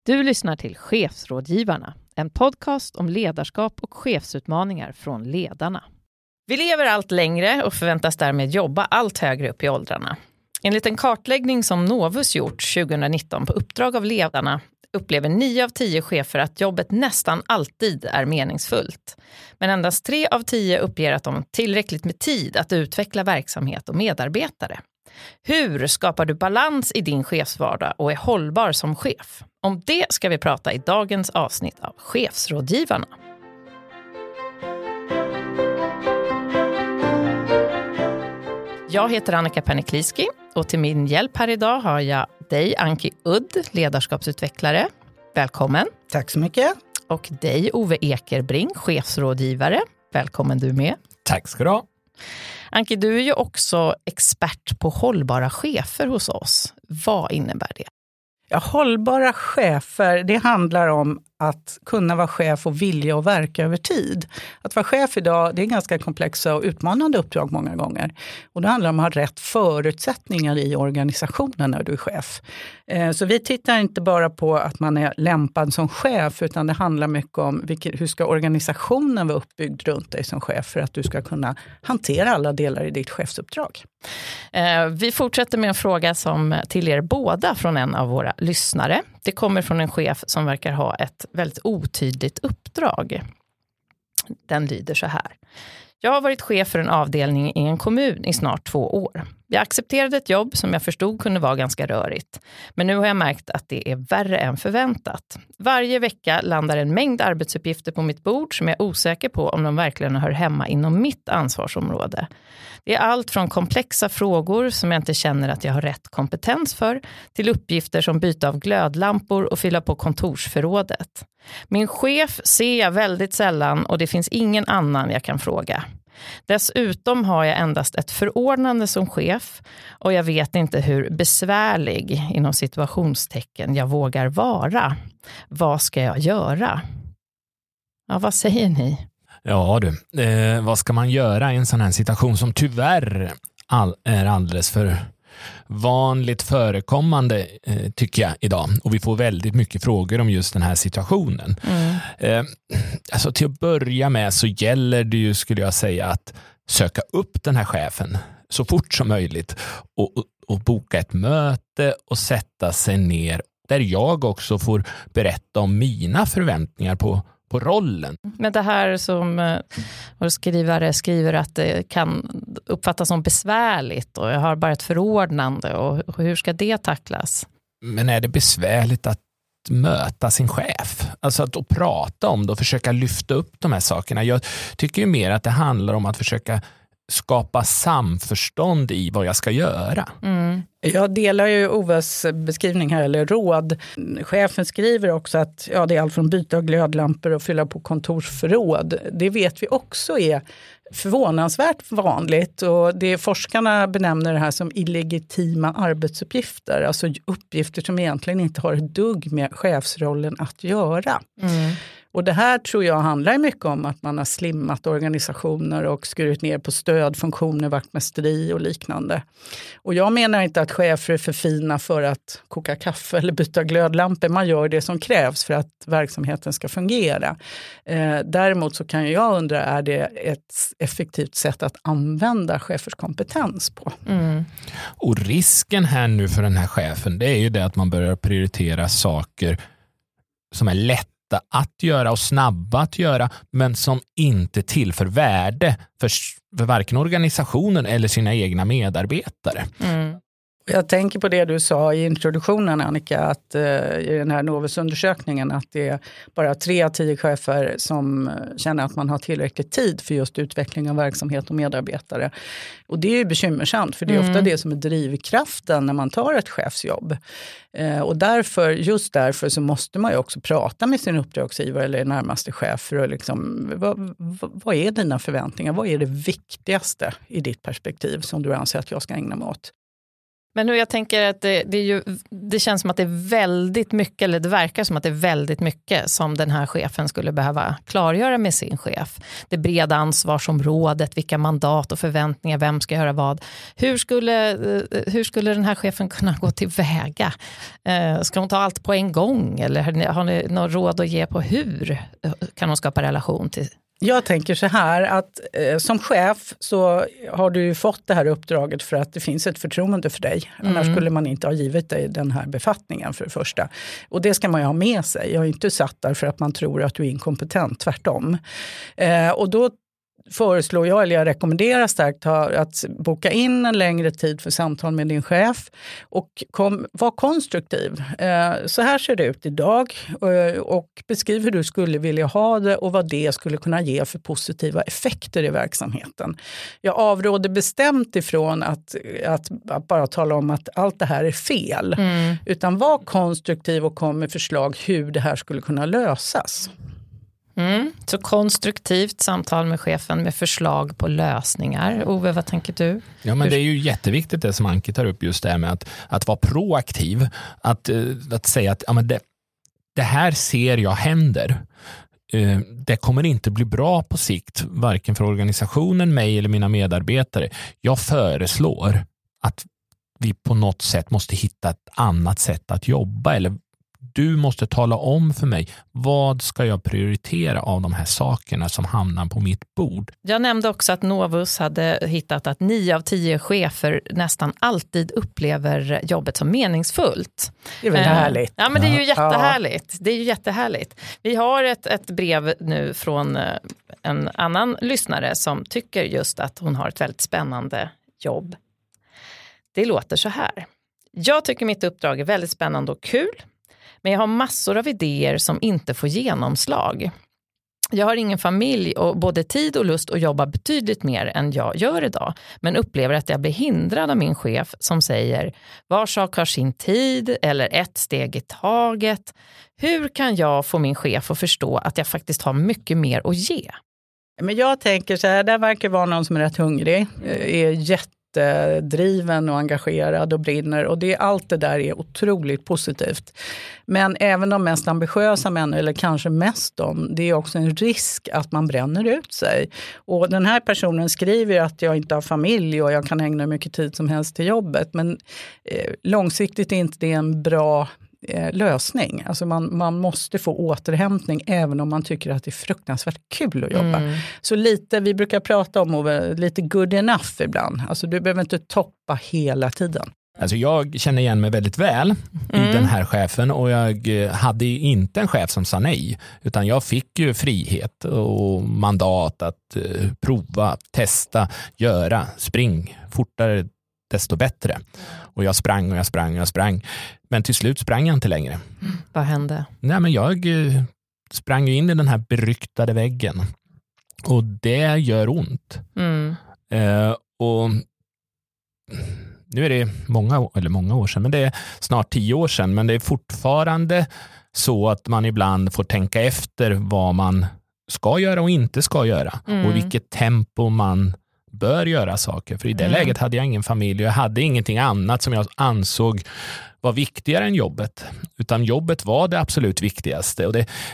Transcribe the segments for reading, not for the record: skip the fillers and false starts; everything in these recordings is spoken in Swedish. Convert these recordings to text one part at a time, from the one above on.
Du lyssnar till Chefsrådgivarna, en podcast om ledarskap och chefsutmaningar från ledarna. Vi lever allt längre och förväntas därmed jobba allt högre upp i åldrarna. Enligt en kartläggning som Novus gjort 2019 på uppdrag av ledarna upplever 9 av 10 chefer att jobbet nästan alltid är meningsfullt. Men endast 3 av 10 uppger att de har tillräckligt med tid att utveckla verksamhet och medarbetare. Hur skapar du balans i din chefsvardag och är hållbar som chef? Om det ska vi prata i dagens avsnitt av Chefsrådgivarna. Jag heter Annika Pernikliski och till min hjälp här idag har jag dig, Anki Udd, ledarskapsutvecklare. Välkommen. Tack så mycket. Och dig, Ove Ekerbring, chefsrådgivare. Välkommen du med. Tack ska du ha. Anki, du är ju också expert på hållbara chefer hos oss. Vad innebär det? Ja, hållbara chefer, det handlar om att kunna vara chef och vilja och verka över tid. Att vara chef idag, det är ganska komplexa och utmanande uppdrag många gånger. Och det handlar om att ha rätt förutsättningar i organisationen när du är chef. Så vi tittar inte bara på att man är lämpad som chef, utan det handlar mycket om hur ska organisationen vara uppbyggd runt dig som chef för att du ska kunna hantera alla delar i ditt chefsuppdrag. Vi fortsätter med en fråga som till er båda från en av våra lyssnare. Det kommer från en chef som verkar ha ett väldigt otydligt uppdrag. Den lyder så här. Jag har varit chef för en avdelning i en kommun i snart 2 år. Jag accepterade ett jobb som jag förstod kunde vara ganska rörigt. Men nu har jag märkt att det är värre än förväntat. Varje vecka landar en mängd arbetsuppgifter på mitt bord som jag är osäker på om de verkligen hör hemma inom mitt ansvarsområde. Det är allt från komplexa frågor som jag inte känner att jag har rätt kompetens för till uppgifter som byta av glödlampor och fylla på kontorsförrådet. Min chef ser jag väldigt sällan och det finns ingen annan jag kan fråga. Dessutom har jag endast ett förordnande som chef och jag vet inte hur besvärlig inom situationstecken jag vågar vara. Vad ska jag göra? Ja, vad säger ni? Ja du, vad ska man göra i en sån här situation som tyvärr är alldeles för vanligt förekommande tycker jag idag. Och vi får väldigt mycket frågor om just den här situationen. Alltså till att börja med så gäller det ju, skulle jag säga, att söka upp den här chefen så fort som möjligt och boka ett möte och sätta sig ner där jag också får berätta om mina förväntningar på rollen. Men det här som vår skrivare skriver att det kan uppfattas som besvärligt och jag har bara ett förordnande och hur ska det tacklas? Men är det besvärligt att möta sin chef? Alltså att prata om det och försöka lyfta upp de här sakerna. Jag tycker ju mer att det handlar om att försöka skapa samförstånd i vad jag ska göra. Jag delar ju Oves beskrivning här, eller råd. Chefen skriver också att det är allt från byta av glödlampor och fylla på kontorsförråd. Det vet vi också är förvånansvärt vanligt och det forskarna benämner det här som illegitima arbetsuppgifter. Alltså uppgifter som egentligen inte har ett dugg med chefsrollen att göra. Och det här tror jag handlar mycket om att man har slimmat organisationer och skurit ner på stödfunktioner, vaktmästeri och liknande. Och jag menar inte att chefer är för fina för att koka kaffe eller byta glödlampor. Man gör det som krävs för att verksamheten ska fungera. Däremot så kan jag undra, är det ett effektivt sätt att använda chefers kompetens på? Och risken här nu för den här chefen, det är ju det att man börjar prioritera saker som är lätt att göra och snabba att göra, men som inte tillför värde för varken organisationen eller sina egna medarbetare. Jag tänker på det du sa i introduktionen, Annika, att i den här Novus-undersökningen att det är bara 3 av 10 chefer som känner att man har tillräckligt tid för just utveckling av verksamhet och medarbetare. Och det är ju bekymmersamt, för det är ofta det som är drivkraften när man tar ett chefsjobb. Och just därför så måste man ju också prata med sin uppdragsgivare eller närmaste chef för att liksom, vad är dina förväntningar? Vad är det viktigaste i ditt perspektiv som du anser att jag ska ägna mig åt? Men jag tänker att det känns som att det är väldigt mycket, eller det verkar som att det är väldigt mycket som den här chefen skulle behöva klargöra med sin chef. Det breda ansvarsområdet, vilka mandat och förväntningar, vem ska göra vad. Hur skulle den här chefen kunna gå tillväga? Ska hon ta allt på en gång? Eller har ni något råd att ge på hur kan hon skapa relation till? Jag tänker så här att som chef så har du ju fått det här uppdraget för att det finns ett förtroende för dig. Annars skulle man inte ha givit dig den här befattningen för det första. Och det ska man ju ha med sig. Jag är inte satt där för att man tror att du är inkompetent, tvärtom. Och då föreslår jag, eller jag rekommenderar starkt att boka in en längre tid för samtal med din chef och var konstruktiv. Så här ser det ut idag och beskriv hur du skulle vilja ha det och vad det skulle kunna ge för positiva effekter i verksamheten. Jag avråder bestämt ifrån att bara tala om att allt det här är fel, utan var konstruktiv och kom med förslag hur det här skulle kunna lösas. Så konstruktivt samtal med chefen med förslag på lösningar. Ove, vad tänker du? Ja, men det är ju jätteviktigt det som Anki tar upp, just det här med att vara proaktiv. Att säga att ja, men det här ser jag händer. Det kommer inte bli bra på sikt, varken för organisationen, mig eller mina medarbetare. Jag föreslår att vi på något sätt måste hitta ett annat sätt att jobba, eller du måste tala om för mig, vad ska jag prioritera av de här sakerna som hamnar på mitt bord? Jag nämnde också att Novus hade hittat att 9 av 10 chefer nästan alltid upplever jobbet som meningsfullt. Det är väl härligt. Ja, men det är ju jättehärligt. Ja. Det är ju jättehärligt. Vi har ett brev nu från en annan lyssnare som tycker just att hon har ett väldigt spännande jobb. Det låter så här. Jag tycker mitt uppdrag är väldigt spännande och kul. Men jag har massor av idéer som inte får genomslag. Jag har ingen familj och både tid och lust att jobba betydligt mer än jag gör idag. Men upplever att jag blir hindrad av min chef som säger var sak har sin tid eller ett steg i taget. Hur kan jag få min chef att förstå att jag faktiskt har mycket mer att ge? Men jag tänker så här, där verkar vara någon som är rätt hungrig, är jättedriven och engagerad och brinner, och allt det där är otroligt positivt. Men även de mest ambitiösa män, eller kanske mest det är också en risk att man bränner ut sig. Och den här personen skriver att jag inte har familj och jag kan ägna mycket tid som helst till jobbet, men långsiktigt är inte det en bra lösning. Alltså man måste få återhämtning även om man tycker att det är fruktansvärt kul att jobba. Så lite, vi brukar prata om lite good enough ibland. Alltså du behöver inte toppa hela tiden. Alltså jag känner igen mig väldigt väl i den här chefen, och jag hade inte en chef som sa nej, utan jag fick ju frihet och mandat att prova, testa, göra, spring fortare desto bättre. Och jag sprang och jag sprang och jag sprang. Men till slut sprang jag inte längre. Vad hände? Nej, men jag sprang in i den här beryktade väggen. Och det gör ont. Och nu är det många år sedan, men det är snart 10 år sedan. Men det är fortfarande så att man ibland får tänka efter vad man ska göra och inte ska göra. Och vilket tempo man bör göra saker. För i det läget hade jag ingen familj och jag hade ingenting annat som jag ansåg var viktigare än jobbet. Utan jobbet var det absolut viktigaste. Och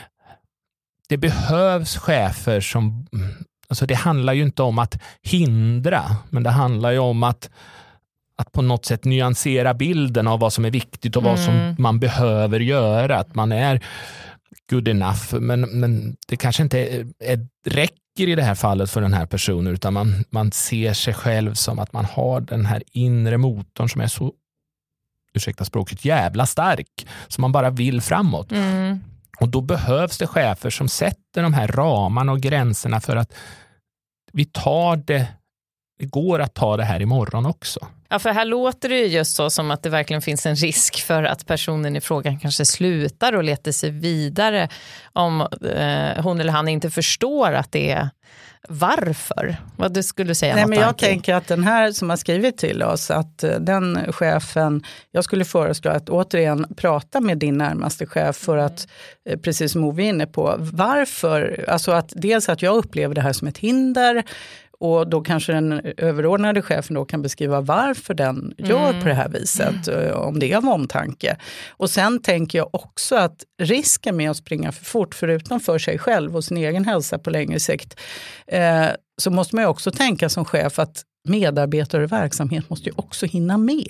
det behövs chefer som... Alltså det handlar ju inte om att hindra, men det handlar ju om att på något sätt nyansera bilden av vad som är viktigt och vad som man behöver göra. Att man är good enough, men det kanske inte räcker i det här fallet för den här personen, utan man ser sig själv som att man har den här inre motorn som är så, ursäkta språket, jävla stark, som man bara vill framåt. Och då behövs det chefer som sätter de här ramarna och gränserna för att vi tar det går att ta det här imorgon också. Ja, för här låter det ju just så som att det verkligen finns en risk för att personen i frågan kanske slutar och letar sig vidare om hon eller han inte förstår att det är varför. Vad du skulle säga. Nej, men jag tänker att den här som har skrivit till oss, att den chefen, jag skulle föreslå att återigen prata med din närmaste chef för att, precis som Ove är inne på, varför, alltså att dels att jag upplever det här som ett hinder. Och då kanske den överordnade chefen då kan beskriva varför den gör på det här viset, om det är av omtanke. Och sen tänker jag också att risken med att springa för fort, förutom för sig själv och sin egen hälsa på längre sikt, så måste man ju också tänka som chef att medarbetare och verksamhet måste ju också hinna med.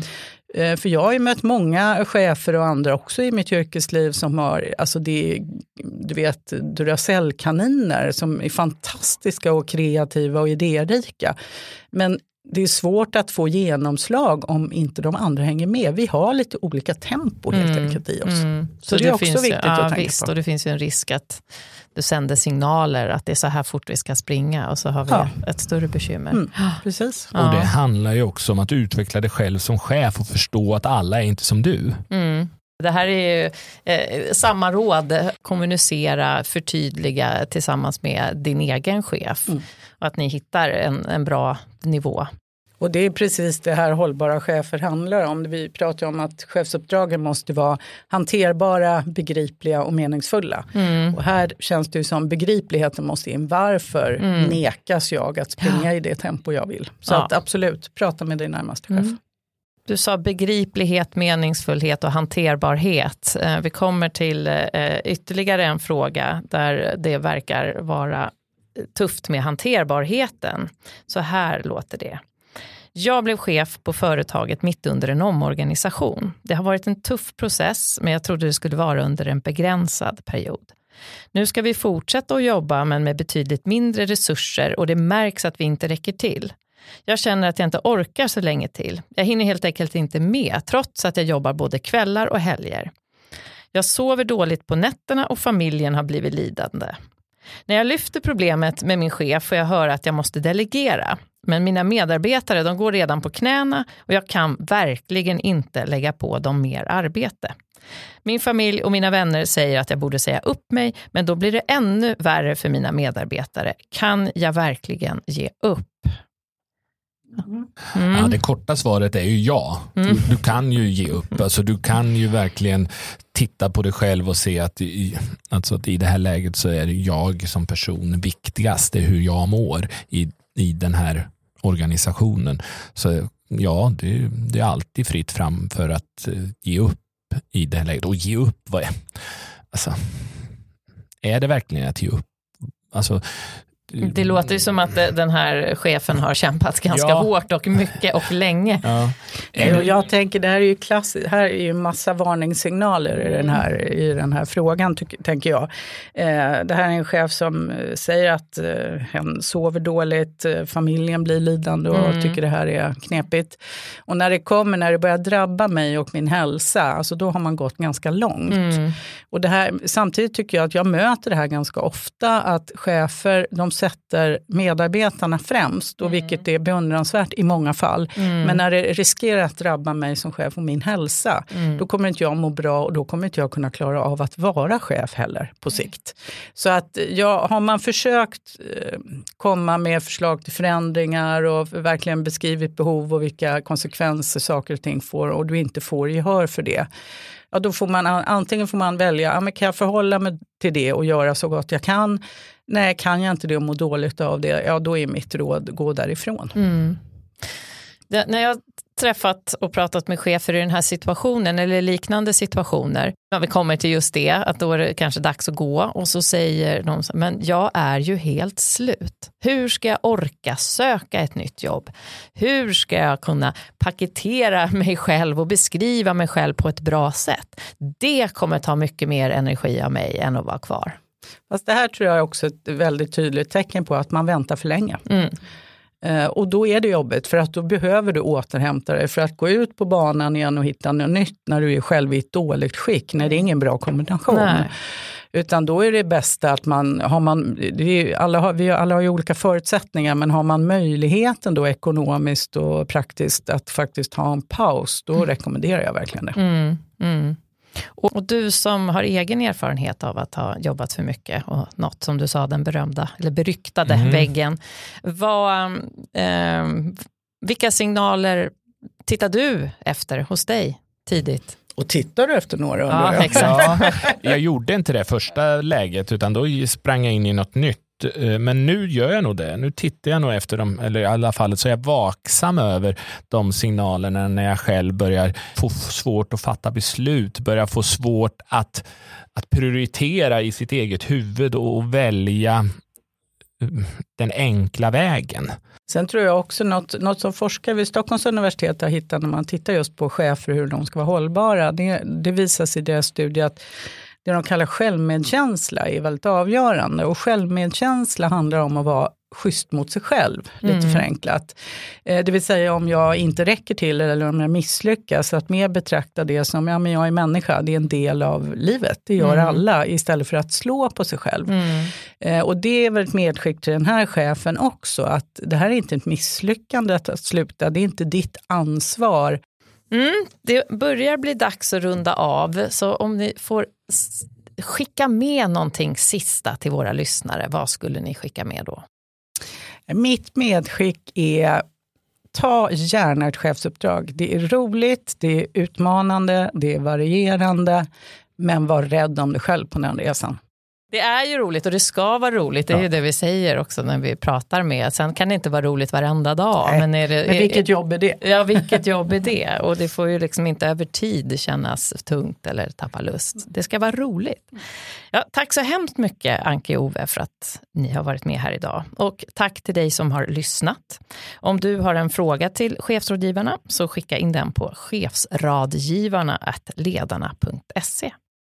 För jag har ju mött många chefer och andra också i mitt yrkesliv som har, alltså det, du vet, Duracell-kaniner som är fantastiska och kreativa och idérika. Men det är svårt att få genomslag om inte de andra hänger med. Vi har lite olika tempo helt enkelt i oss. Så det är också viktigt att tänka på. Och det finns ju en risk att du sänder signaler att det är så här fort vi ska springa och så har vi ett större bekymmer. Precis. Och det handlar ju också om att utveckla dig själv som chef och förstå att alla är inte som du. Det här är ju samma råd, kommunicera, förtydliga tillsammans med din egen chef. Och att ni hittar en bra nivå. Och det är precis det här hållbara chefer handlar om. Vi pratar om att chefsuppdragen måste vara hanterbara, begripliga och meningsfulla. Och här känns det ju som begripligheten måste in. Varför nekas jag att springa i det tempo jag vill? Så att absolut, prata med din närmaste chef. Du sa begriplighet, meningsfullhet och hanterbarhet. Vi kommer till ytterligare en fråga där det verkar vara tufft med hanterbarheten. Så här låter det. Jag blev chef på företaget mitt under en omorganisation. Det har varit en tuff process, men jag trodde det skulle vara under en begränsad period. Nu ska vi fortsätta att jobba, men med betydligt mindre resurser, och det märks att vi inte räcker till. Jag känner att jag inte orkar så länge till. Jag hinner helt enkelt inte med, trots att jag jobbar både kvällar och helger. Jag sover dåligt på nätterna och familjen har blivit lidande. När jag lyfter problemet med min chef får jag höra att jag måste delegera. Men mina medarbetare, de går redan på knäna och jag kan verkligen inte lägga på dem mer arbete. Min familj och mina vänner säger att jag borde säga upp mig, men då blir det ännu värre för mina medarbetare. Kan jag verkligen ge upp? Ja, det korta svaret är ju ja. Du kan ju ge upp. Alltså, du kan ju verkligen titta på dig själv och se att i det här läget så är det jag som person viktigast. Det är hur jag mår i den här organisationen. Så ja, det är alltid fritt fram för att ge upp i det här läget. Och ge upp, vad är? Alltså, är det verkligen att ge upp? Alltså, det låter ju som att den här chefen har kämpat ganska hårt och mycket och länge. Jag tänker, det här är ju klassiskt. Här är ju massa varningssignaler i den här frågan, tänker jag. Det här är en chef som säger att hen sover dåligt, familjen blir lidande och tycker det här är knepigt. Och när det börjar drabba mig och min hälsa, alltså då har man gått ganska långt. Och det här, samtidigt tycker jag att jag möter det här ganska ofta, att chefer, de sätter medarbetarna främst, och vilket är beundransvärt i många fall. Men när det riskerar att drabba mig som chef och min hälsa, då kommer inte jag må bra och då kommer inte jag kunna klara av att vara chef heller på sikt. Så att har man försökt komma med förslag till förändringar och verkligen beskrivit behov och vilka konsekvenser saker och ting får, och du inte får gehör för det, ja, då får man antingen välja, men kan jag förhålla mig till det och göra så gott jag kan? Nej, kan jag inte det och må dåligt av det, ja, då är mitt råd gå därifrån. När jag träffat och pratat med chefer i den här situationen eller liknande situationer, när vi kommer till just det, att då är det kanske dags att gå, och så säger de, men jag är ju helt slut. Hur ska jag orka söka ett nytt jobb? Hur ska jag kunna paketera mig själv och beskriva mig själv på ett bra sätt? Det kommer ta mycket mer energi av mig än att vara kvar. Fast det här tror jag är också ett väldigt tydligt tecken på att man väntar för länge. Och då är det jobbigt, för att då behöver du återhämta dig för att gå ut på banan igen och hitta något nytt när du är själv i ett dåligt skick, när det är ingen bra kombination. Nej. Utan då är det bästa att vi alla har ju olika förutsättningar, men har man möjligheten då ekonomiskt och praktiskt att faktiskt ha en paus, då rekommenderar jag verkligen det. Och du som har egen erfarenhet av att ha jobbat för mycket och något som du sa, den berömda eller beryktade väggen. Vilka signaler tittar du efter hos dig tidigt? Och tittar du efter några? Ja, exakt. Jag gjorde inte det första läget, utan då sprang jag in i något nytt. men nu gör jag nog det. Nu tittar jag nog efter dem, eller i alla fall så är jag vaksam över de signalerna när jag själv börjar få svårt att fatta beslut, börjar få svårt att prioritera i sitt eget huvud och välja den enkla vägen. Sen tror jag också något som forskare vid Stockholms universitet har hittat när man tittar just på chefer hur de ska vara hållbara. Det visar sig i deras studie att det de kallar självmedkänsla är väldigt avgörande. Och självmedkänsla handlar om att vara schysst mot sig själv, lite förenklat. Det vill säga om jag inte räcker till eller om jag misslyckas, att mer betrakta det som, men jag är människa, det är en del av livet, det gör alla, istället för att slå på sig själv. Och det är väl ett medskick till den här chefen också, att det här är inte ett misslyckande att sluta, det är inte ditt ansvar. Det börjar bli dags att runda av, så om ni får skicka med någonting sista till våra lyssnare, vad skulle ni skicka med då? Mitt medskick är: ta gärna ett chefsuppdrag. Det är roligt, det är utmanande, det är varierande, men var rädd om dig själv på den resan. Det är ju roligt och det ska vara roligt. Det är ju det vi säger också när vi pratar med. Sen kan det inte vara roligt varenda dag. Nej, men vilket jobb är det? Ja, vilket jobb är det? Och det får ju liksom inte över tid kännas tungt eller tappa lust. Det ska vara roligt. Ja, tack så hemskt mycket Anki och Ove för att ni har varit med här idag. Och tack till dig som har lyssnat. Om du har en fråga till chefsrådgivarna så skicka in den på chefsradgivarna@ledarna.se.